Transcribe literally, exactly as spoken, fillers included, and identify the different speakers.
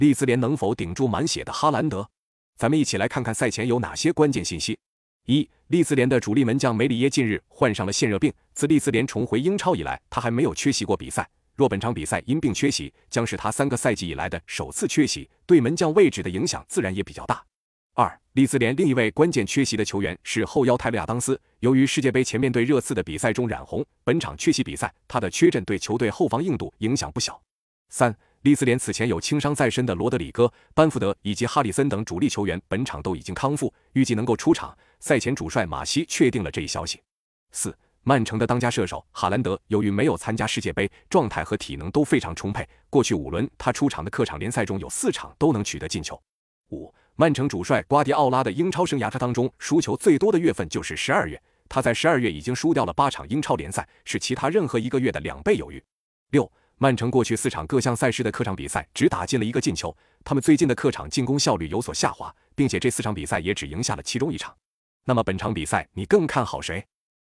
Speaker 1: 利兹联能否顶住满血的哈兰德？咱们一起来看看赛前有哪些关键信息。一、利兹联的主力门将梅里耶近日患上了腺热病，自利兹联重回英超以来，他还没有缺席过比赛。若本场比赛因病缺席，将是他三个赛季以来的首次缺席，对门将位置的影响自然也比较大。二、利兹联另一位关键缺席的球员是后腰泰勒亚当斯，由于世界杯前面对热刺的比赛中染红，本场缺席比赛，他的缺阵对球队后防硬度影响不小。三、利兹联此前有轻伤在身的罗德里戈、班福德以及哈里森等主力球员本场都已经康复，预计能够出场。赛前主帅马西确定了这一消息。四、曼城的当家射手哈兰德由于没有参加世界杯，状态和体能都非常充沛，过去五轮他出场的客场联赛中有四场都能取得进球。五、曼城主帅瓜迪奥拉的英超生涯当中输球最多的月份就是十二月，他在十二月已经输掉了八场英超联赛，是其他任何一个月的两倍有余。六、曼城过去四场各项赛事的客场比赛只打进了一个进球，他们最近的客场进攻效率有所下滑，并且这四场比赛也只赢下了其中一场。那么本场比赛你更看好谁？